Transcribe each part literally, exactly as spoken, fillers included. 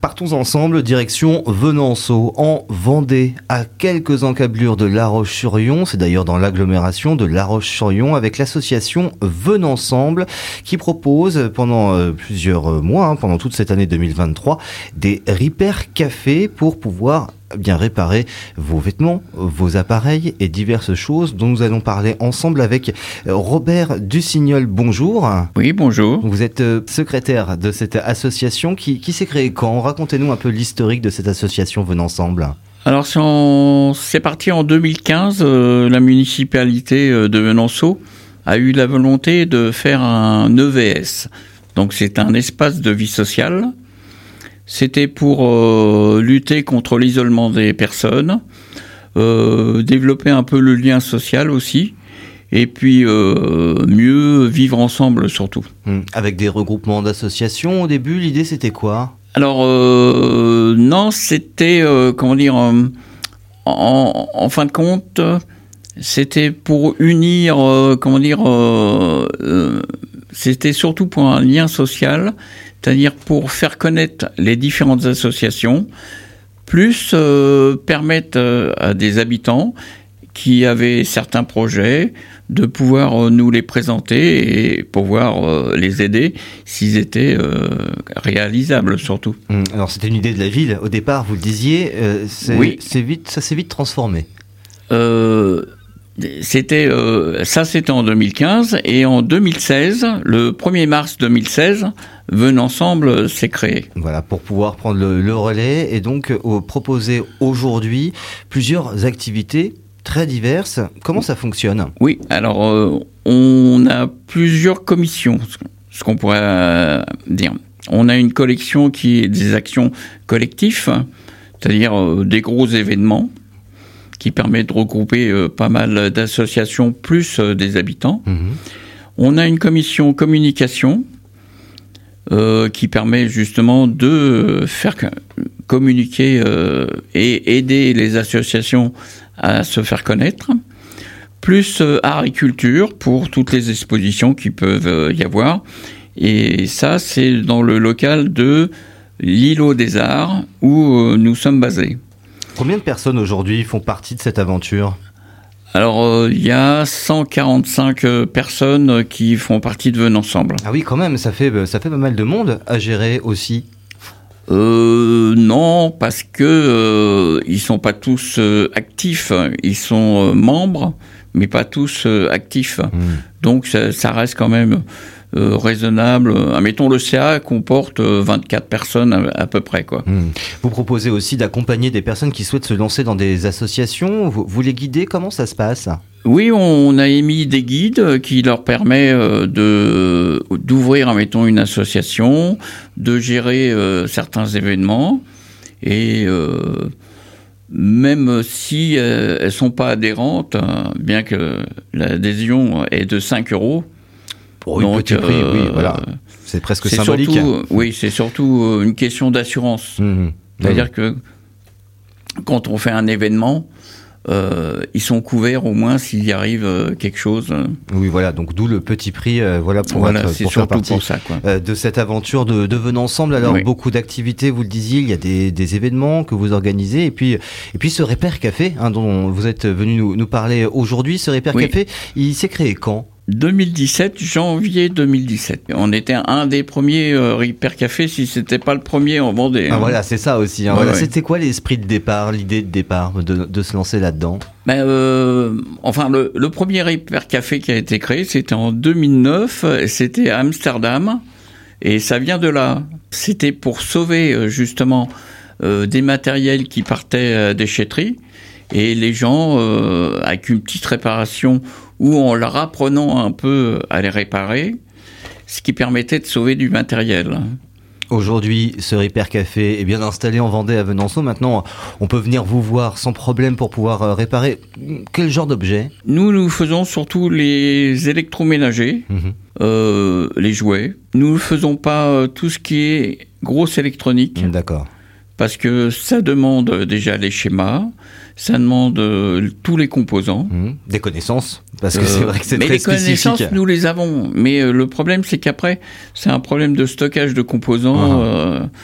Partons ensemble, direction Venanceau, en Vendée, à quelques encablures de La Roche-sur-Yon. C'est d'ailleurs dans l'agglomération de La Roche-sur-Yon avec l'association Venensemble qui propose pendant euh, plusieurs mois, hein, pendant toute cette année deux mille vingt-trois, des repair cafés pour pouvoir bien réparer vos vêtements, vos appareils et diverses choses dont nous allons parler ensemble avec Robert Dussignol. Bonjour. Oui, bonjour. Vous êtes secrétaire de cette association qui, qui s'est créée quand ? Racontez-nous un peu l'historique de cette association Venensemble. Alors c'est, en... c'est parti en deux mille quinze, euh, la municipalité de Venanceau a eu la volonté de faire un E V S. Donc c'est un espace de vie sociale. C'était pour euh, lutter contre l'isolement des personnes, euh, développer un peu le lien social aussi, et puis euh, mieux vivre ensemble surtout. Mmh. Avec des regroupements d'associations, au début, l'idée c'était quoi ? Alors, euh, non, c'était, euh, comment dire, euh, en, en fin de compte, c'était pour unir, euh, comment dire, euh, euh, c'était surtout pour un lien social, c'est-à-dire pour faire connaître les différentes associations, plus euh, permettre euh, à des habitants qui avaient certains projets de pouvoir euh, nous les présenter et pouvoir euh, les aider s'ils étaient euh, réalisables surtout. Mmh. Alors c'était une idée de la ville au départ, vous le disiez, euh, c'est, oui. c'est vite, ça s'est vite transformé. Euh, C'était euh, ça, c'était en deux mille quinze et en deux mille seize, le premier mars deux mille seize, Venensemble s'est créé. Voilà, pour pouvoir prendre le, le relais et donc euh, proposer aujourd'hui plusieurs activités très diverses. Comment ça fonctionne ? Oui, alors euh, on a plusieurs commissions, ce qu'on pourrait euh, dire. On a une collection qui est des actions collectives, c'est-à-dire euh, des gros événements, qui permet de regrouper euh, pas mal d'associations plus euh, des habitants. Mmh. On a une commission communication euh, qui permet justement de faire communiquer euh, et aider les associations à se faire connaître. Plus euh, art et culture pour toutes les expositions qui peuvent euh, y avoir. Et ça, c'est dans le local de l'Îlot des Arts où euh, nous sommes basés. Combien de personnes aujourd'hui font partie de cette aventure ? Alors, euh, il y a cent quarante-cinq euh, personnes qui font partie de Venensemble. Ah oui, quand même, ça fait, ça fait pas mal de monde à gérer aussi. Euh, non, parce que euh, ils sont pas tous euh, actifs. Ils sont euh, membres, mais pas tous euh, actifs. Mmh. Donc, ça, ça reste quand même Euh, raisonnable. Admettons, le C A comporte euh, vingt-quatre personnes à, à peu près, quoi. Mmh. Vous proposez aussi d'accompagner des personnes qui souhaitent se lancer dans des associations. Vous, vous les guidez ? Comment ça se passe ? Oui, on a émis des guides qui leur permettent euh, de, d'ouvrir, admettons, une association, de gérer euh, certains événements et euh, même si euh, elles sont pas adhérentes, hein, bien que l'adhésion est de cinq euros, pour une petite prix, euh, oui, voilà. C'est presque c'est symbolique. Surtout, oui, c'est surtout une question d'assurance. Mmh, C'est-à-dire mmh. que quand on fait un événement, euh, ils sont couverts au moins s'il y arrive euh, quelque chose. Oui, voilà. Donc d'où le petit prix, euh, voilà, pour, voilà, être, c'est pour surtout faire partie pour ça, quoi. Euh, de cette aventure de, de Venensemble. Alors oui. Beaucoup d'activités, vous le disiez, il y a des, des événements que vous organisez, et puis et puis ce repair café, hein, dont vous êtes venu nous, nous parler aujourd'hui. Ce repair oui. café, il s'est créé quand ? deux mille dix-sept, janvier deux mille dix-sept. On était un des premiers euh, repair café, si c'était pas le premier en Vendée. Ah hein. Voilà, c'est ça aussi. Hein. Ouais, voilà. ouais. C'était quoi l'esprit de départ, l'idée de départ, de, de se lancer là-dedans ? Ben, euh, enfin, le, le premier repair café qui a été créé, c'était en deux mille neuf. C'était à Amsterdam, et ça vient de là. C'était pour sauver justement euh, des matériels qui partaient à déchetterie. Et les gens, euh, avec une petite réparation ou en leur apprenant un peu à les réparer, ce qui permettait de sauver du matériel. Aujourd'hui, ce repair café est bien installé en Vendée à Venanceau. Maintenant, on peut venir vous voir sans problème pour pouvoir réparer quel genre d'objet ? Nous, nous faisons surtout les électroménagers, mmh. euh, les jouets. Nous ne faisons pas tout ce qui est grosse électronique. D'accord. Parce que ça demande déjà les schémas, ça demande euh, tous les composants. Mmh. Des connaissances, parce que euh, c'est vrai que c'est très spécifique. Mais les connaissances, nous les avons. Mais euh, le problème, c'est qu'après, c'est un problème de stockage de composants. Uh-huh. Euh,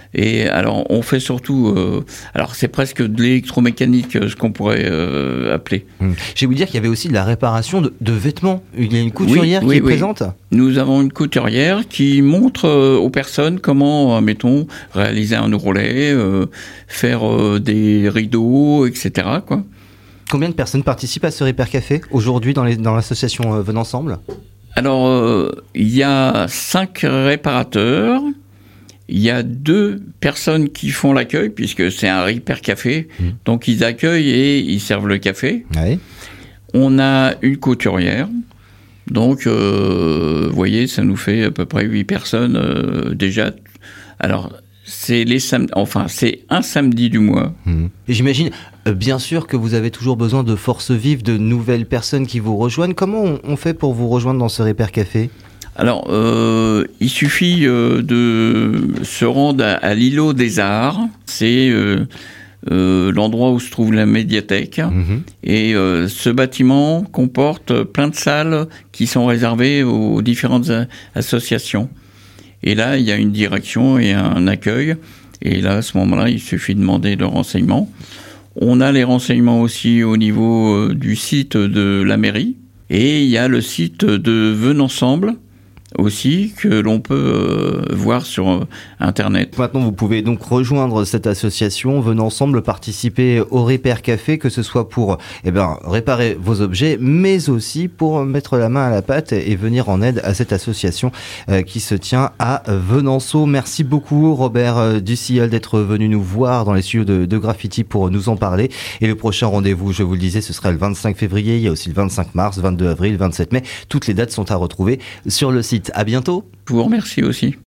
Et alors, on fait surtout... Euh, alors, c'est presque de l'électromécanique, ce qu'on pourrait euh, appeler. Mmh. J'ai voulu dire qu'il y avait aussi de la réparation de, de vêtements. Il y a une couturière oui, qui oui, est oui. présente. Nous avons une couturière qui montre euh, aux personnes comment, euh, mettons, réaliser un ourlet, euh, faire euh, des rideaux, et cetera, quoi. Combien de personnes participent à ce Repair Café aujourd'hui dans, les, dans l'association euh, Venensemble ? Alors, euh, il y a cinq réparateurs. Il y a deux personnes qui font l'accueil, puisque c'est un Repair Café. Mmh. Donc, ils accueillent et ils servent le café. Ouais. On a une couturière. Donc, euh, vous voyez, ça nous fait à peu près huit personnes euh, déjà. Alors, c'est les samedis, enfin, c'est un samedi du mois. Mmh. Et j'imagine, euh, bien sûr, que vous avez toujours besoin de forces vives, de nouvelles personnes qui vous rejoignent. Comment on, on fait pour vous rejoindre dans ce Repair Café ? Alors, euh, il suffit euh, de se rendre à, à l'îlot des Arts. C'est euh, euh, l'endroit où se trouve la médiathèque. Mmh. Et euh, ce bâtiment comporte plein de salles qui sont réservées aux différentes a- associations. Et là, il y a une direction et un accueil. Et là, à ce moment-là, il suffit de demander le renseignement. On a les renseignements aussi au niveau euh, du site de la mairie. Et il y a le site de Venensemble aussi, que l'on peut euh, voir sur euh, Internet. Maintenant, vous pouvez donc rejoindre cette association, Venensemble, participer au Repair Café, que ce soit pour eh ben, réparer vos objets, mais aussi pour mettre la main à la pâte et venir en aide à cette association euh, qui se tient à Venanceau. Merci beaucoup, Robert euh, Dussilleul, d'être venu nous voir dans les studios de, de Graffiti pour nous en parler. Et le prochain rendez-vous, je vous le disais, ce sera le vingt-cinq février. Il y a aussi le vingt-cinq mars, vingt-deux avril, vingt-sept mai. Toutes les dates sont à retrouver sur le site. À bientôt. Je vous remercie aussi.